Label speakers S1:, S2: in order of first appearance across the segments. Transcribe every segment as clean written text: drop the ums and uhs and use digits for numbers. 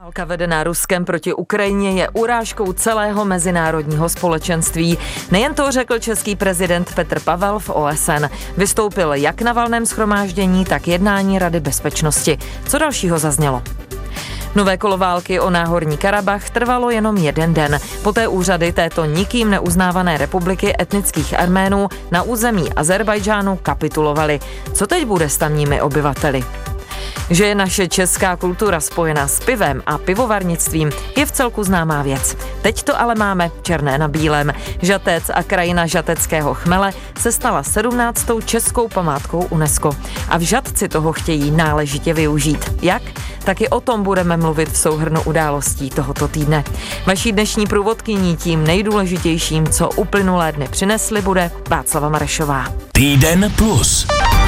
S1: Válka vedená Ruskem proti Ukrajině je urážkou celého mezinárodního společenství. Nejen to řekl český prezident Petr Pavel v OSN. Vystoupil jak na valném shromáždění, tak jednání Rady bezpečnosti. Co dalšího zaznělo? Nové kolo války o Náhorní Karabach trvalo jenom jeden den. Poté úřady této nikým neuznávané republiky etnických Arménů na území Azerbajdžánu kapitulovaly. Co teď bude s tamními obyvateli? Že je naše česká kultura spojená s pivem a pivovarnictvím, je vcelku známá věc. Teď to ale máme černé na bílém. Žatec a krajina žateckého chmele se stala 17. českou památkou UNESCO. A v Žatci toho chtějí náležitě využít. Jak? Taky o tom budeme mluvit v souhrnu událostí tohoto týdne. Vaší dnešní průvodkyní tím nejdůležitějším, co uplynulé dny přinesly, bude Václava Marešová.
S2: Týden plus.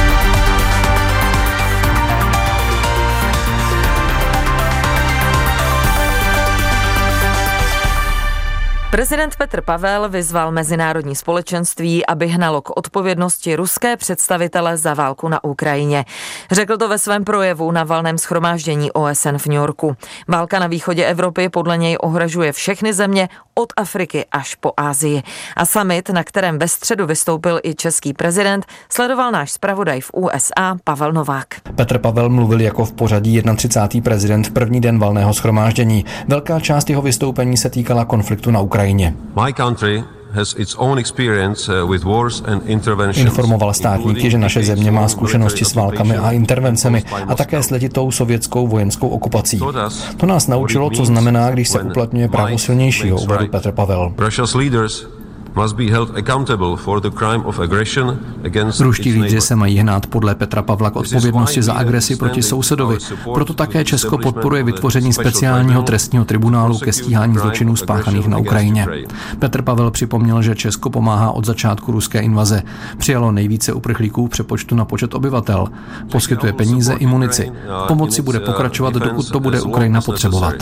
S1: Prezident Petr Pavel vyzval mezinárodní společenství, aby hnalo k odpovědnosti ruské představitele za válku na Ukrajině. Řekl to ve svém projevu na valném shromáždění OSN v New Yorku. Válka na východě Evropy podle něj ohrožuje všechny země od Afriky až po Asii. A summit, na kterém ve středu vystoupil i český prezident, sledoval náš zpravodaj v USA Pavel Novák.
S3: Petr Pavel mluvil jako v pořadí 31. prezident v první den valného shromáždění. Velká část jeho vystoupení se týkala konfliktu na Ukrajině. Informoval státníky, že naše země má zkušenosti s válkami a intervencemi a také s letitou sovětskou vojenskou okupací. To nás naučilo, co znamená, když se uplatňuje právo silnějšího, uvedl Petr Pavel. Ruští lídři se mají hnát podle Petra Pavla k odpovědnosti za agresi proti sousedovi. Proto také Česko podporuje vytvoření speciálního trestního tribunálu ke stíhání zločinů spáchaných na Ukrajině. Petr Pavel připomněl, že Česko pomáhá od začátku ruské invaze. Přijalo nejvíce uprchlíků v přepočtu na počet obyvatel. Poskytuje peníze i munici. Pomoci bude pokračovat, dokud to bude Ukrajina potřebovat.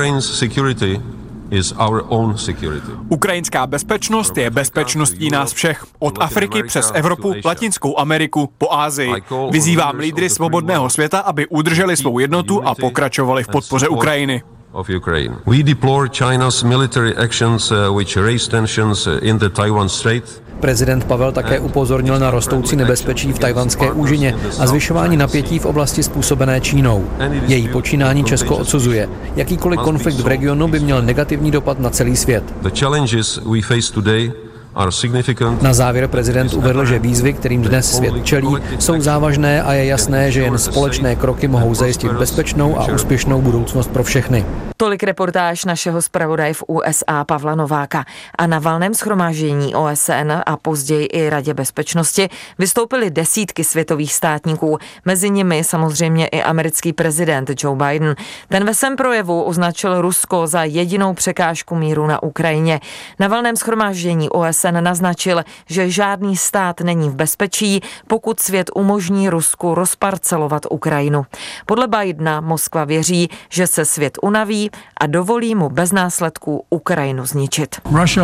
S4: Ukrajinská bezpečnost je bezpečností nás všech. Od Afriky přes Evropu, Latinskou Ameriku po Asii. Vyzývám lídry svobodného světa, aby udrželi svou jednotu a pokračovali v podpoře Ukrajiny.
S5: We deplore China's military actions which raise tensions in the Taiwan Strait.
S3: Prezident Pavel také upozornil na rostoucí nebezpečí v tajvanské úžině a zvyšování napětí v oblasti způsobené Čínou. Její počínání Česko odsuzuje. Jakýkoliv konflikt v regionu by měl negativní dopad na celý svět. Na závěr prezident uvedl, že výzvy, kterým dnes svět čelí, jsou závažné a je jasné, že jen společné kroky mohou zajistit bezpečnou a úspěšnou budoucnost pro všechny.
S1: Tolik reportáž našeho zpravodaje v USA Pavla Nováka. A na valném shromáždění OSN a později i Radě bezpečnosti vystoupily desítky světových státníků. Mezi nimi samozřejmě i americký prezident Joe Biden. Ten ve svém projevu označil Rusko za jedinou překážku míru na Ukrajině. Na valném shromáždění OSN naznačil, že žádný stát není v bezpečí, pokud svět umožní Rusku rozparcelovat Ukrajinu. Podle Bidena Moskva věří, že se svět unaví a dovolí mu bez následků Ukrajinu zničit.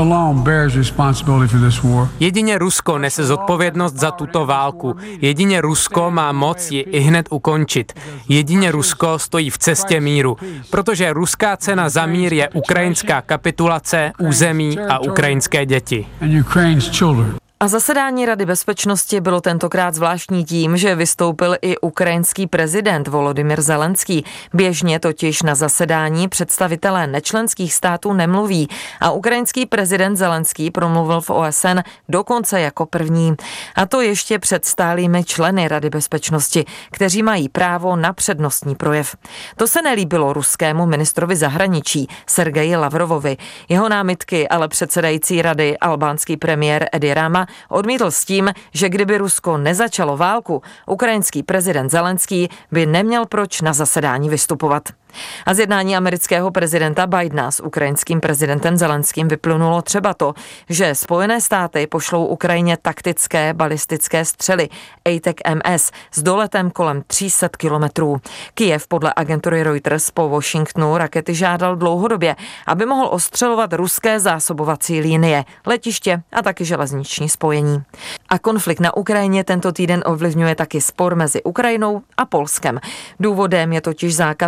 S6: Jedině Rusko nese zodpovědnost za tuto válku. Jedině Rusko má moc ji ihned ukončit. Jedině Rusko stojí v cestě míru, protože ruská cena za mír je ukrajinská kapitulace, území a ukrajinské děti.
S1: A zasedání Rady bezpečnosti bylo tentokrát zvláštní tím, že vystoupil i ukrajinský prezident Volodymyr Zelenský. Běžně totiž na zasedání představitelé nečlenských států nemluví a ukrajinský prezident Zelenský promluvil v OSN dokonce jako první. A to ještě před stálými členy Rady bezpečnosti, kteří mají právo na přednostní projev. To se nelíbilo ruskému ministrovi zahraničí Sergeji Lavrovovi. Jeho námitky ale předsedající rady albánský premiér Edi Rama odmítl s tím, že kdyby Rusko nezačalo válku, ukrajinský prezident Zelenský by neměl proč na zasedání vystupovat. A z jednání amerického prezidenta Bidena s ukrajinským prezidentem Zelenským vyplynulo třeba to, že Spojené státy pošlou Ukrajině taktické balistické střely ATACMS s doletem kolem 300 kilometrů. Kyjev podle agentury Reuters po Washingtonu rakety žádal dlouhodobě, aby mohl ostřelovat ruské zásobovací linie, letiště a taky železniční spojení. A konflikt na Ukrajině tento týden ovlivňuje taky spor mezi Ukrajinou a Polskem. Důvodem je totiž zákaz dovozu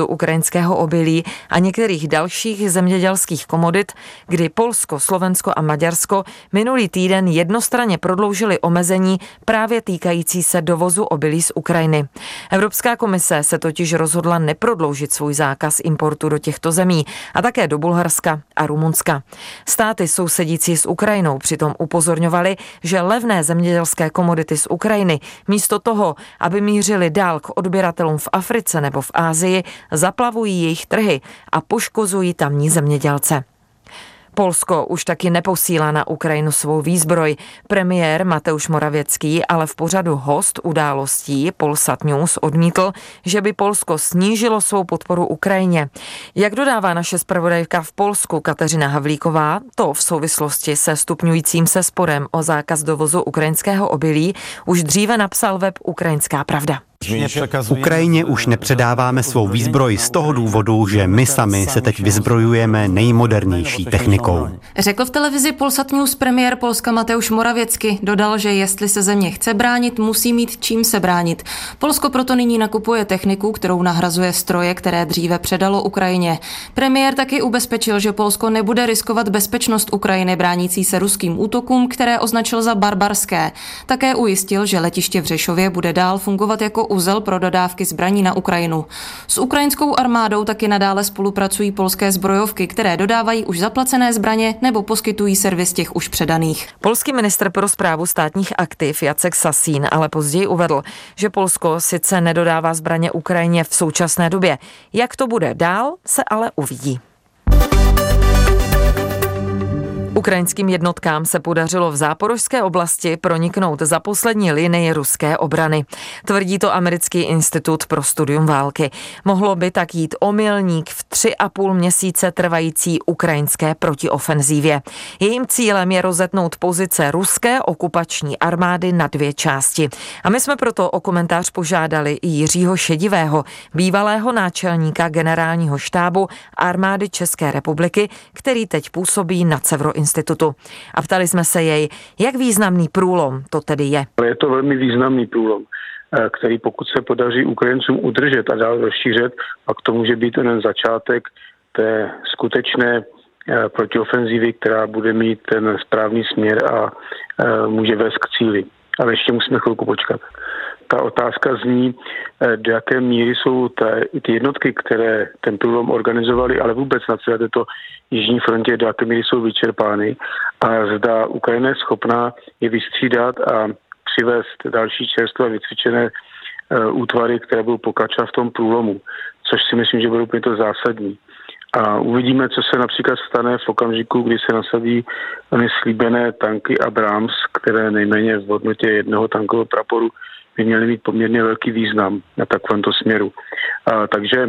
S1: dovozu ukrajinského obilí a některých dalších zemědělských komodit, kdy Polsko, Slovensko a Maďarsko minulý týden jednostranně prodloužili omezení právě týkající se dovozu obilí z Ukrajiny. Evropská komise se totiž rozhodla neprodloužit svůj zákaz importu do těchto zemí a také do Bulharska a Rumunska. Státy sousedící s Ukrajinou přitom upozorňovaly, že levné zemědělské komodity z Ukrajiny místo toho, aby mířily dál k odběratelům v Africe nebo v Asii, zaplavují jejich trhy a poškozují tamní zemědělce. Polsko už taky neposílá na Ukrajinu svou výzbroj. Premiér Mateusz Morawiecki ale v pořadu Host událostí Polsat News odmítl, že by Polsko snížilo svou podporu Ukrajině. Jak dodává naše zpravodajka v Polsku Kateřina Havlíková, to v souvislosti se stupňujícím se sporem o zákaz dovozu ukrajinského obilí už dříve napsal web Ukrajinská pravda.
S2: Ukrajině už nepředáváme svou výzbroj z toho důvodu, že my sami se teď vyzbrojujeme nejmodernější technikou.
S7: Řekl v televizi Polsat News premiér Polska Mateusz Morawiecki. Dodal, že jestli se země chce bránit, musí mít čím se bránit. Polsko proto nyní nakupuje techniku, kterou nahrazuje stroje, které dříve předalo Ukrajině. Premiér taky ubezpečil, že Polsko nebude riskovat bezpečnost Ukrajiny bránící se ruským útokům, které označil za barbarské. Také ujistil, že letiště v Řešově bude dál fungovat jako uzel pro dodávky zbraní na Ukrajinu. S ukrajinskou armádou taky nadále spolupracují polské zbrojovky, které dodávají už zaplacené zbraně nebo poskytují servis těch už předaných.
S1: Polský ministr pro správu státních aktiv Jacek Sasín ale později uvedl, že Polsko sice nedodává zbraně Ukrajině v současné době. Jak to bude dál, se ale uvidí. Ukrajinským jednotkám se podařilo v záporožské oblasti proniknout za poslední linii ruské obrany. Tvrdí to Americký institut pro studium války. Mohlo by tak jít o milník v 3,5 měsíce trvající ukrajinské protiofenzívě. Jejím cílem je rozetnout pozice ruské okupační armády na 2 části. A my jsme proto o komentář požádali i Jiřího Šedivého, bývalého náčelníka generálního štábu armády České republiky, který teď působí na Cevroinstitutu. A ptali jsme se jej, jak významný průlom to tedy je.
S8: Je to velmi významný průlom, který pokud se podaří Ukrajincům udržet a dál rozšířit, pak to může být ten začátek té skutečné protiofenzívy, která bude mít ten správný směr a může vést k cíli. Ale ještě musíme chvilku počkat. Ta otázka zní, do jaké míry jsou ty jednotky, které ten průlom organizovaly, ale vůbec na celé této jižní frontě, do jaké míry jsou vyčerpány a zda Ukrajina je schopná je vystřídat a přivést další čerstvé vycvičené útvary, které budou pokračovat v tom průlomu, což si myslím, že bude úplně to zásadní. A uvidíme, co se například stane v okamžiku, kdy se nasadí ony slíbené tanky Abrams, které nejméně v hodnotě jednoho tankového praporu by měly mít poměrně velký význam na takovémto směru. Takže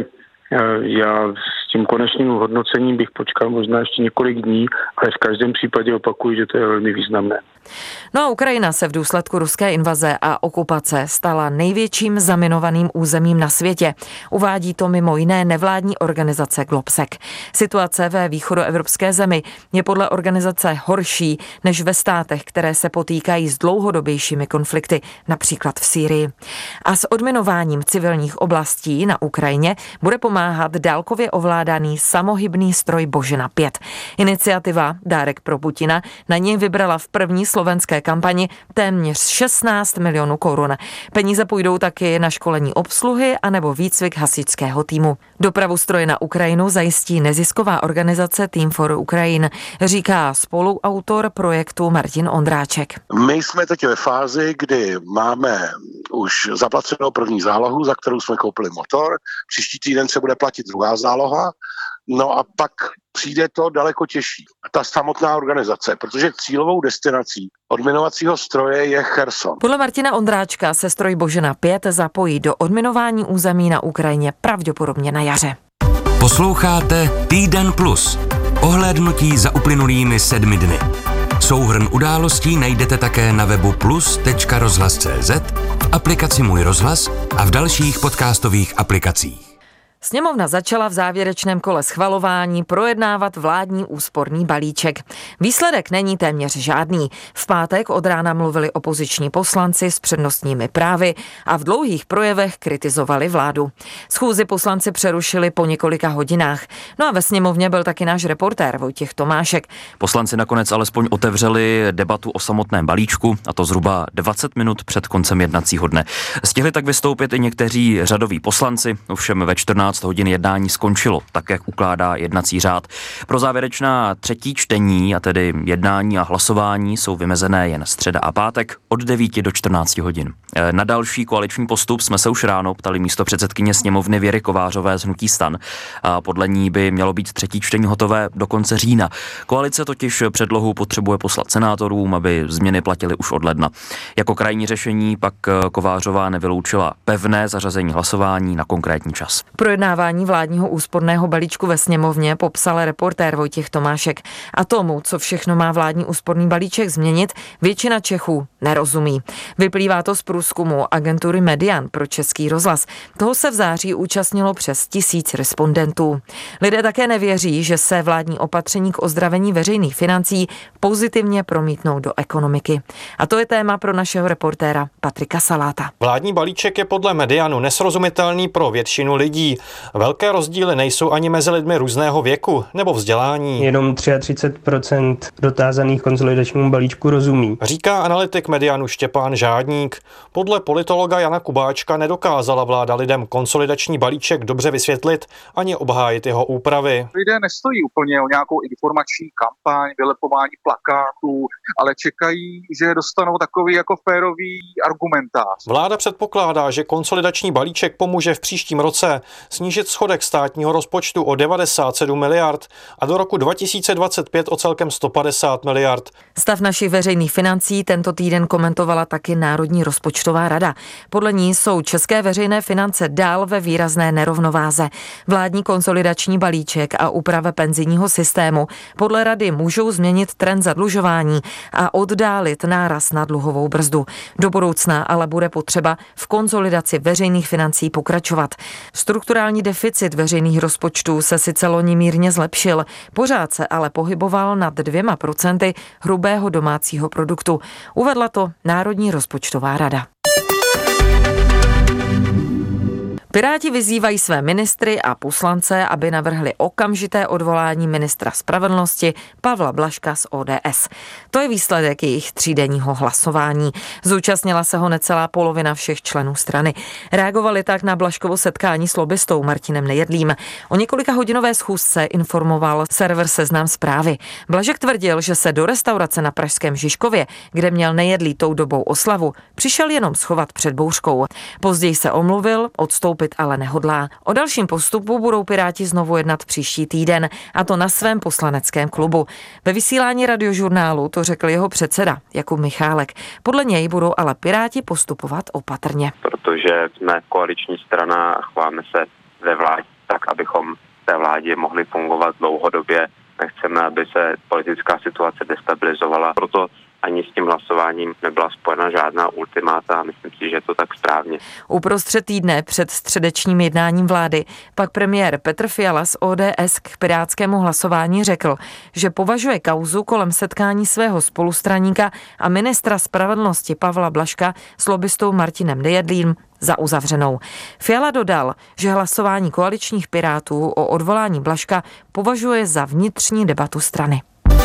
S8: já s tím konečným hodnocením bych počkal možná ještě několik dní, ale v každém případě opakuju, že to je velmi významné.
S1: No a Ukrajina se v důsledku ruské invaze a okupace stala největším zaminovaným územím na světě. Uvádí to mimo jiné nevládní organizace Globsec. Situace ve východoevropské zemi je podle organizace horší než ve státech, které se potýkají s dlouhodobějšími konflikty, například v Sýrii. A s odminováním civilních oblastí na Ukrajině bude pomáhat dálkově ovládaný samohybný stroj Božena 5. Iniciativa Dárek pro Putina na něj vybrala v první slovenské kampani téměř 16 milionů korun. Peníze půjdou taky na školení obsluhy anebo výcvik hasičského týmu. Dopravu stroje na Ukrajinu zajistí nezisková organizace Team for Ukraine, říká spoluautor projektu Martin Ondráček.
S9: My jsme teď ve fázi, kdy máme už zaplacenou první zálohu, za kterou jsme koupili motor. Příští týden se bude platit druhá záloha. No a pak přijde to daleko těžší. Ta samotná organizace, protože cílovou destinací odminovacího stroje je Cherson.
S1: Podle Martina Ondráčka se stroj Božena 5 zapojí do odminování území na Ukrajině pravděpodobně na jaře.
S10: Posloucháte Týden plus. Ohlédnutí za uplynulými 7 dny. Souhrn událostí najdete také na webu plus.rozhlas.cz, v aplikaci Můj rozhlas a v dalších podcastových aplikacích.
S1: Sněmovna začala v závěrečném kole schvalování projednávat vládní úsporný balíček. Výsledek není téměř žádný. V pátek od rána mluvili opoziční poslanci s přednostními právy a v dlouhých projevech kritizovali vládu. Schůzi poslanci přerušili po několika hodinách. No a ve sněmovně byl taky náš reportér Vojtěch Tomášek.
S11: Poslanci nakonec alespoň otevřeli debatu o samotném balíčku, a to zhruba 20 minut před koncem jednacího dne. Stihli tak vystoupit i někteří řadoví poslanci, ovšem ve 14 hodin jednání skončilo, tak jak ukládá jednací řád. Pro závěrečná třetí čtení, a tedy jednání a hlasování, jsou vymezené jen středa a pátek od 9 do 14 hodin. Na další koaliční postup jsme se už ráno ptali místopředsedkyně sněmovny Věry Kovářové z hnutí STAN. A podle ní by mělo být třetí čtení hotové do konce října. Koalice totiž předlohu potřebuje poslat senátorům, aby změny platily už od ledna. Jako krajní řešení pak Kovářová nevyloučila pevné zařazení hlasování na konkrétní čas.
S1: Projednávání vládního úsporného balíčku ve sněmovně popsal reportér Vojtěch Tomášek. A tomu, co všechno má vládní úsporný balíček změnit, většina Čechů nerozumí. Vyplývá to z průzkumu agentury Median pro Český rozhlas. Toho se v září účastnilo přes 1000 respondentů. Lidé také nevěří, že se vládní opatření k ozdravení veřejných financí pozitivně promítnou do ekonomiky. A to je téma pro našeho reportéra Patrika Saláta.
S12: Vládní balíček je podle Medianu nesrozumitelný pro většinu lidí. Velké rozdíly nejsou ani mezi lidmi různého věku nebo vzdělání.
S13: Jenom 33% dotázaných konsolidačnímu balíčku rozumí.
S12: Říká analytik Medianu Štěpán Žádník. Podle politologa Jana Kubáčka nedokázala vláda lidem konsolidační balíček dobře vysvětlit ani obhájit jeho úpravy.
S14: Lidé nestojí úplně o nějakou informační kampaň, vylepování plakátů, ale čekají, že dostanou takový jako férový argumentář.
S12: Vláda předpokládá, že konsolidační balíček pomůže v příštím roce snížit schodek státního rozpočtu o 97 miliard a do roku 2025 o celkem 150 miliard.
S1: Stav našich veřejných financí tento týden komentovala taky Národní rozpočtová rada. Podle ní jsou české veřejné finance dál ve výrazné nerovnováze. Vládní konsolidační balíček a úprava penzijního systému podle rady můžou změnit trend zadlužování a oddálit náraz na dluhovou brzdu. Do budoucna ale bude potřeba v konsolidaci veřejných financí pokračovat. Strukturální deficit veřejných rozpočtů se sice loni mírně zlepšil, pořád se ale pohyboval nad 2% hrubého domácího produktu. Uvedla to Národní rozpočtová rada. Piráti vyzývají své ministry a poslance, aby navrhli okamžité odvolání ministra spravedlnosti Pavla Blažka z ODS. To je výsledek jejich třídenního hlasování. Zúčastnila se ho necelá polovina všech členů strany. Reagovali tak na Blažkovo setkání s lobbystou Martinem Nejedlým. O několika hodinové schůzce informoval server Seznam Zprávy. Blažek tvrdil, že se do restaurace na pražském Žižkově, kde měl Nejedlý tou dobou oslavu, přišel jenom schovat před bouřkou. Později se omluvil, odstoupil ale nehodlá. O dalším postupu budou Piráti znovu jednat příští týden, a to na svém poslaneckém klubu. Ve vysílání Radiožurnálu to řekl jeho předseda Jakub Michálek. Podle něj budou ale Piráti postupovat opatrně.
S15: Protože jsme koaliční strana a chováme se ve vládě tak, abychom v té vládě mohli fungovat dlouhodobě. Nechceme, aby se politická situace destabilizovala. Proto ani s tím hlasováním nebyla spojena žádná ultimáta a myslím si, že je to tak správně.
S1: Uprostřed týdne před středečním jednáním vlády pak premiér Petr Fiala z ODS k pirátskému hlasování řekl, že považuje kauzu kolem setkání svého spolustraníka a ministra spravedlnosti Pavla Blažka s lobbystou Martinem Nejedlým za uzavřenou. Fiala dodal, že hlasování koaličních Pirátů o odvolání Blažka považuje za vnitřní debatu strany.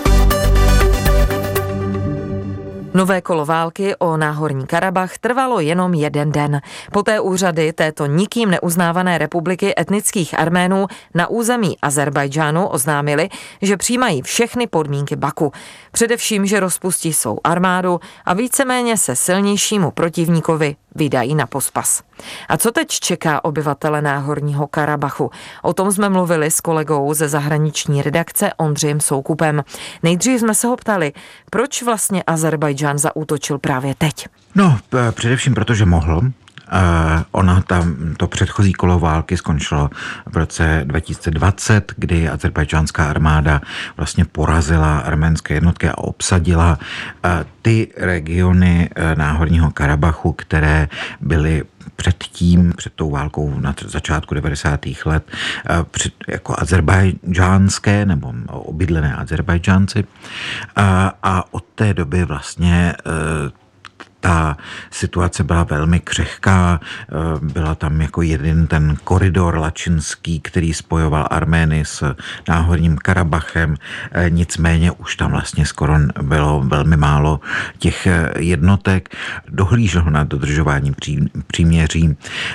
S1: Nové kolo války o Náhorní Karabach trvalo jenom jeden den. Poté úřady této nikým neuznávané republiky etnických Arménů na území Azerbajdžánu oznámili, že přijímají všechny podmínky Baku. Především, že rozpustí svou armádu a víceméně se silnějšímu protivníkovi vydají na pospas. A co teď čeká obyvatele Náhorního Karabachu? O tom jsme mluvili s kolegou ze zahraniční redakce Ondřejem Soukupem. Nejdřív jsme se ho ptali, proč vlastně Azerbajdžán zaútočil právě teď?
S16: No, především protože mohl. To předchozí kolo války skončilo v roce 2020, kdy azerbajdžánská armáda vlastně porazila arménské jednotky a obsadila ty regiony Náhorního Karabachu, které byly před tou válkou na začátku 90. let jako azerbajdžánské nebo obydlené Azerbajdžánci. A od té doby vlastně ta situace byla velmi křehká, byla tam jako jeden ten koridor lačinský, který spojoval Armény s Náhorním Karabachem, nicméně už tam vlastně skoro bylo velmi málo těch jednotek, dohlíželo na dodržování příměří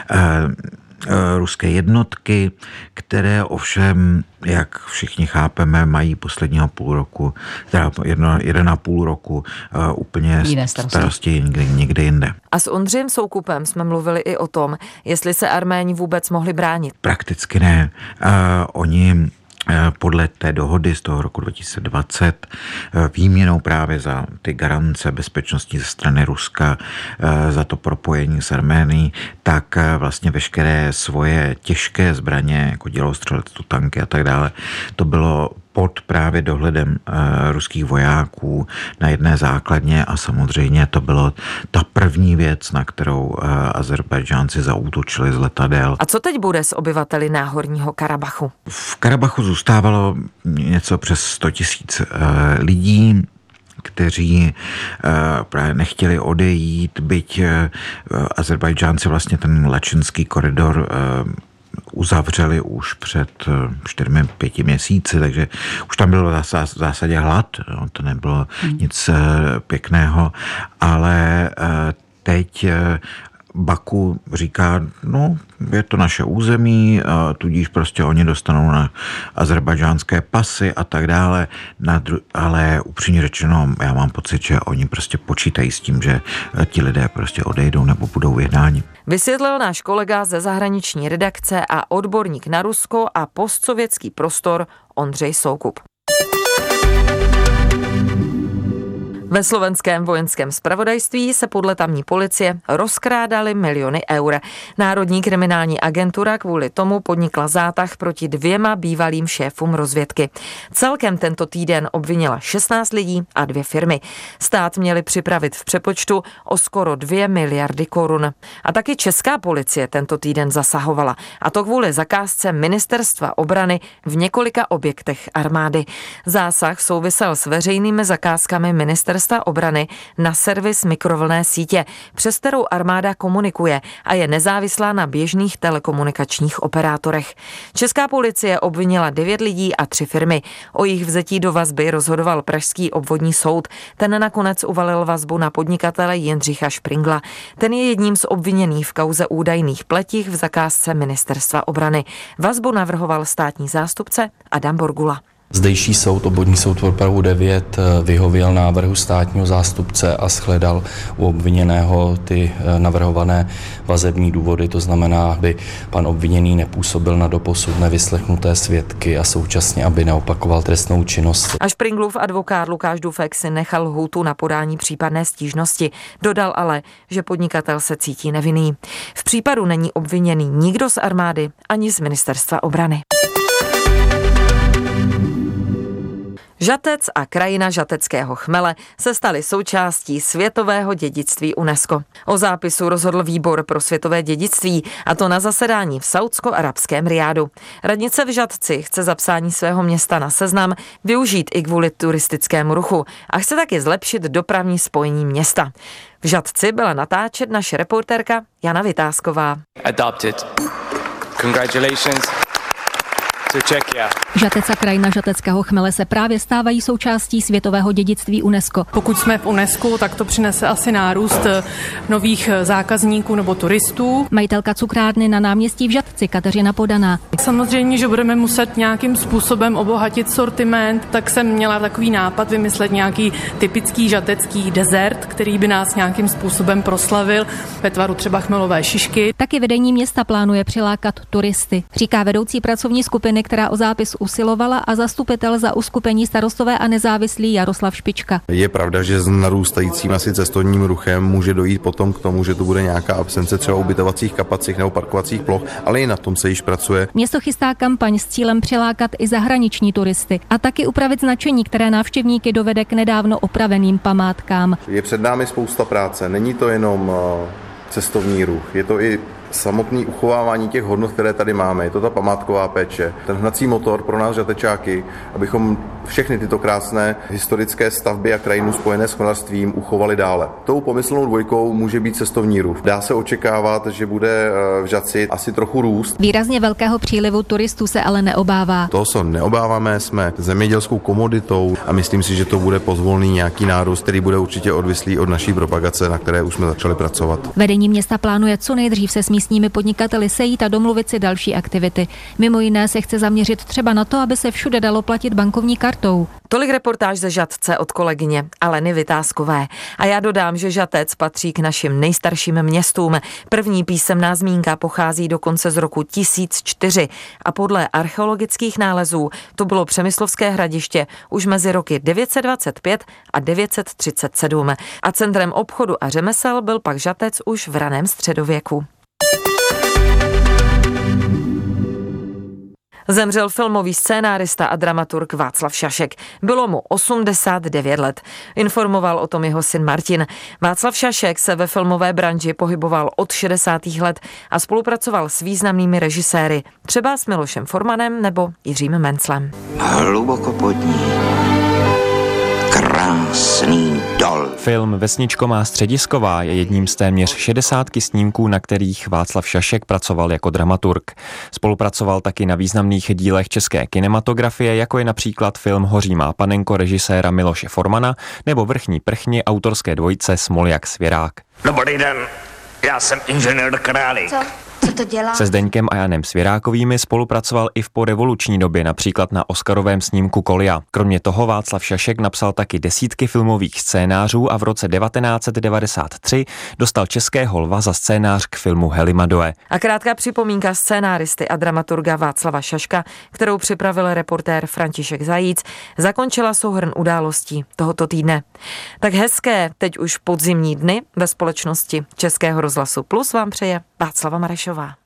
S16: ruské jednotky, které ovšem, jak všichni chápeme, mají posledního půl roku, teda 1,5 roku úplně starosti někde jinde.
S1: A s Ondřejem Soukupem jsme mluvili i o tom, jestli se Arméni vůbec mohli bránit.
S16: Prakticky ne. Oni podle té dohody z toho roku 2020 výměnou právě za ty garance bezpečnosti ze strany Ruska, za to propojení s Arménií, tak vlastně veškeré svoje těžké zbraně, jako dělostřelectvo, tanky a tak dále, to bylo pod právě dohledem ruských vojáků na jedné základně a samozřejmě to bylo ta první věc, na kterou Azerbajdžánci zaútočili z letadel.
S1: A co teď bude s obyvateli Náhorního Karabachu?
S16: V Karabachu zůstávalo něco přes 100 000 lidí, kteří právě nechtěli odejít, byť Azerbajdžánci vlastně ten lačinský koridor uzavřeli už před 4-5 měsíci, takže už tam bylo v zásadě hlad, to nebylo nic pěkného, ale teď Baku říká, no, je to naše území, tudíž prostě oni dostanou na azerbajdžánské pasy a tak dále, ale upřímně řečeno, já mám pocit, že oni prostě počítají s tím, že ti lidé prostě odejdou nebo budou vyhnáni.
S1: Vysvětlil náš kolega ze zahraniční redakce a odborník na Rusko a postsovětský prostor Ondřej Soukup. Ve slovenském vojenském zpravodajství se podle tamní policie rozkrádaly miliony eur. Národní kriminální agentura kvůli tomu podnikla zátah proti 2 bývalým šéfům rozvědky. Celkem tento týden obvinila 16 lidí a 2 firmy. Stát měli připravit v přepočtu o skoro 2 miliardy korun. A taky česká policie tento týden zasahovala. A to kvůli zakázce Ministerstva obrany v několika objektech armády. Zásah souvisel s veřejnými zakázkami Ministerstva obrany na servis mikrovlnné sítě, přes kterou armáda komunikuje a je nezávislá na běžných telekomunikačních operátorech. Česká policie obvinila 9 lidí a 3 firmy. O jejich vzetí do vazby rozhodoval pražský obvodní soud. Ten nakonec uvalil vazbu na podnikatele Jindřicha Špringla. Ten je jedním z obviněných v kauze údajných pletich v zakázce Ministerstva obrany. Vazbu navrhoval státní zástupce Adam Borgula.
S17: Zdejší soud, obvodní soud pro Prahu 9, vyhověl návrhu státního zástupce a shledal u obviněného ty navrhované vazební důvody, to znamená, aby pan obviněný nepůsobil na doposud nevyslechnuté svědky a současně, aby neopakoval trestnou činnost.
S1: A Špringlův advokát Lukáš Dufek si nechal lhůtu na podání případné stížnosti. Dodal ale, že podnikatel se cítí nevinný. V případu není obviněný nikdo z armády ani z Ministerstva obrany. Žatec a krajina žateckého chmele se staly součástí světového dědictví UNESCO. O zápisu rozhodl výbor pro světové dědictví, a to na zasedání v saúdsko-arabském Riádu. Radnice v Žatci chce zapsání svého města na seznam využít i kvůli turistickému ruchu a chce taky zlepšit dopravní spojení města. V Žatci byla natáčet naše reportérka Jana Vytázková.
S18: Adopted. Congratulations.
S19: Žatec a krajina žateckého chmele se právě stávají součástí světového dědictví UNESCO.
S20: Pokud jsme v UNESCO, tak to přinese asi nárůst nových zákazníků nebo turistů.
S19: Majitelka cukrárny na náměstí v Žatci Kateřina Podaná.
S20: Samozřejmě, že budeme muset nějakým způsobem obohatit sortiment, tak jsem měla takový nápad vymyslet nějaký typický žatecký dezert, který by nás nějakým způsobem proslavil ve tvaru třeba chmelové šišky.
S19: Taky vedení města plánuje přilákat turisty, říká vedoucí pracovní skupiny skupiny, která o zápis usilovala, a zastupitel za uskupení Starostové a nezávislí Jaroslav Špička.
S21: Je pravda, že s narůstajícím asi cestovním ruchem může dojít potom k tomu, že tu bude nějaká absence třeba ubytovacích kapacit nebo parkovacích ploch, ale i na tom se již pracuje.
S19: Město chystá kampaň s cílem přilákat i zahraniční turisty a taky upravit značení, které návštěvníky dovede k nedávno opraveným památkám.
S21: Je před námi spousta práce, není to jenom cestovní ruch, je to i samotný uchovávání těch hodnot, které tady máme. Je to ta památková péče, ten hnací motor pro nás žatečáky, abychom všechny tyto krásné historické stavby a krajinu spojené s konařstvím uchovali dále. Tou pomyslnou dvojkou může být cestovní ruch. Dá se očekávat, že bude v Žatci asi trochu růst.
S19: Výrazně velkého přílivu turistů se ale neobává.
S21: Toho se neobáváme, jsme zemědělskou komoditou a myslím si, že to bude pozvolný nějaký nárůst, který bude určitě odvislý od naší propagace, na které už jsme začali pracovat.
S19: Vedení města plánuje co nejdřív se s místními podnikateli sejít a domluvit si další aktivity. Mimo jiné se chce zaměřit třeba na to, aby se všude dalo platit bankovní kartou.
S1: Tolik reportáž ze Žatce od kolegyně Aleny Vytázkové. A já dodám, že Žatec patří k našim nejstarším městům. První písemná zmínka pochází dokonce z roku 1004 a podle archeologických nálezů to bylo Přemyslovské hradiště už mezi roky 925 a 937. A centrem obchodu a řemesel byl pak Žatec už v raném středověku. Zemřel filmový scénárista a dramaturg Václav Šašek. Bylo mu 89 let. Informoval o tom jeho syn Martin. Václav Šašek se ve filmové branži pohyboval od 60. let a spolupracoval s významnými režiséry, třeba s Milošem Formanem nebo Jiřím Menclem.
S22: Hluboko pod ní krásný dol.
S23: Film Vesničko má středisková je jedním z téměř 60 snímků, na kterých Václav Šašek pracoval jako dramaturg. Spolupracoval taky na významných dílech české kinematografie, jako je například film Hoří má panenko režiséra Miloše Formana nebo Vrchní prchni autorské dvojice Smoljak Svěrák.
S22: Dobrý den, já jsem inženýr Králík. Co to dělá?
S23: Se Zdeňkem a Janem Svěrákovými spolupracoval i v porevoluční době, například na oscarovém snímku Kolia. Kromě toho Václav Šašek napsal taky desítky filmových scénářů a v roce 1993 dostal Českého lva za scénář k filmu Helimadoe.
S1: A krátká připomínka scénáristy a dramaturga Václava Šaška, kterou připravil reportér František Zajíc, zakončila souhrn událostí tohoto týdne. Tak hezké, teď už podzimní dny ve společnosti Českého rozhlasu Plus vám přeje Václava Marešová.